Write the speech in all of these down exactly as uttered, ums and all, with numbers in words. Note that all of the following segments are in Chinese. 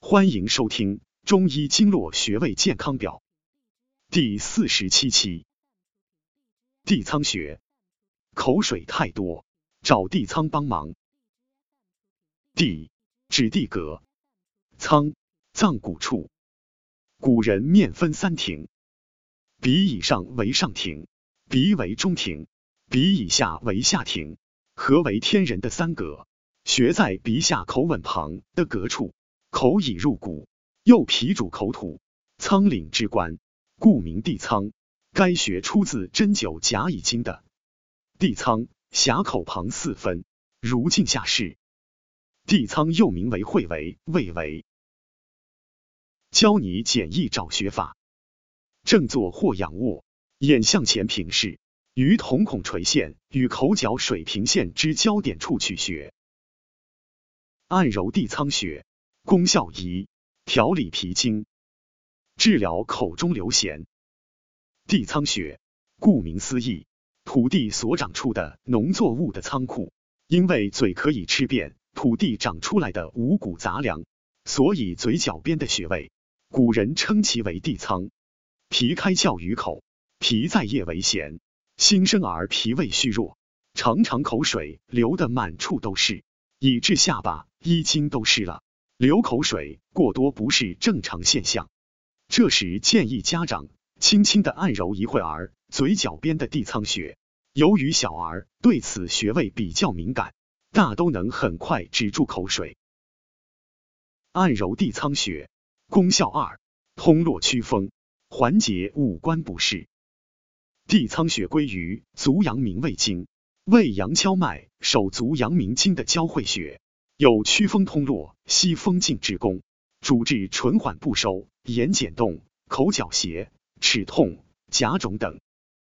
欢迎收听中医经络穴位健康表第四十七期。地仓穴，口水太多，找地仓帮忙。地，指地膈，仓，脏骨处。古人面分三庭，鼻以上为上庭，鼻为中庭，鼻以下为下庭，合为天人的三膈。穴在鼻下口吻旁的膈处，口以入骨，右脾主口土，仓廪之官，故名地仓。该穴出自针灸甲乙经的地仓，狭口旁四分，如镜下视。地仓又名为会围、胃围。教你简易找穴法：正坐或仰卧，眼向前平视，于瞳孔垂线与口角水平线之交点处取穴。按揉地仓穴，功效一：调理脾经，治疗口中流涎。地仓穴，顾名思义，土地所长出的农作物的仓库。因为嘴可以吃遍土地长出来的五谷杂粮，所以嘴角边的穴位，古人称其为地仓。脾开窍于口，脾在液为涎，心生而脾胃虚弱，常常口水流得满处都是，以致下巴、衣襟都湿了。流口水过多不是正常现象，这时建议家长轻轻地按揉一会儿嘴角边的地仓穴。由于小儿对此穴位比较敏感，大都能很快止住口水。按揉地仓穴，功效二：通络祛风，缓解五官不适。地仓穴归于足阳明胃经，胃阳跷脉手足阳明经的交汇穴，有祛风通络、息风静之功，主治唇缓不收、眼睑动、口角斜、齿痛、甲肿等。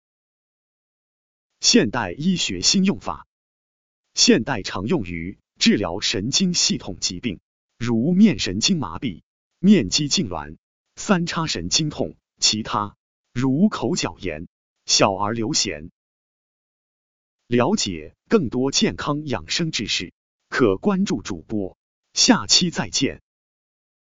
现代医学新用法，现代常用于治疗神经系统疾病，如面神经麻痹、面肌痉挛、三叉神经痛，其他如口角炎、小儿流涎。了解更多健康养生知识，可关注主播，下期再见。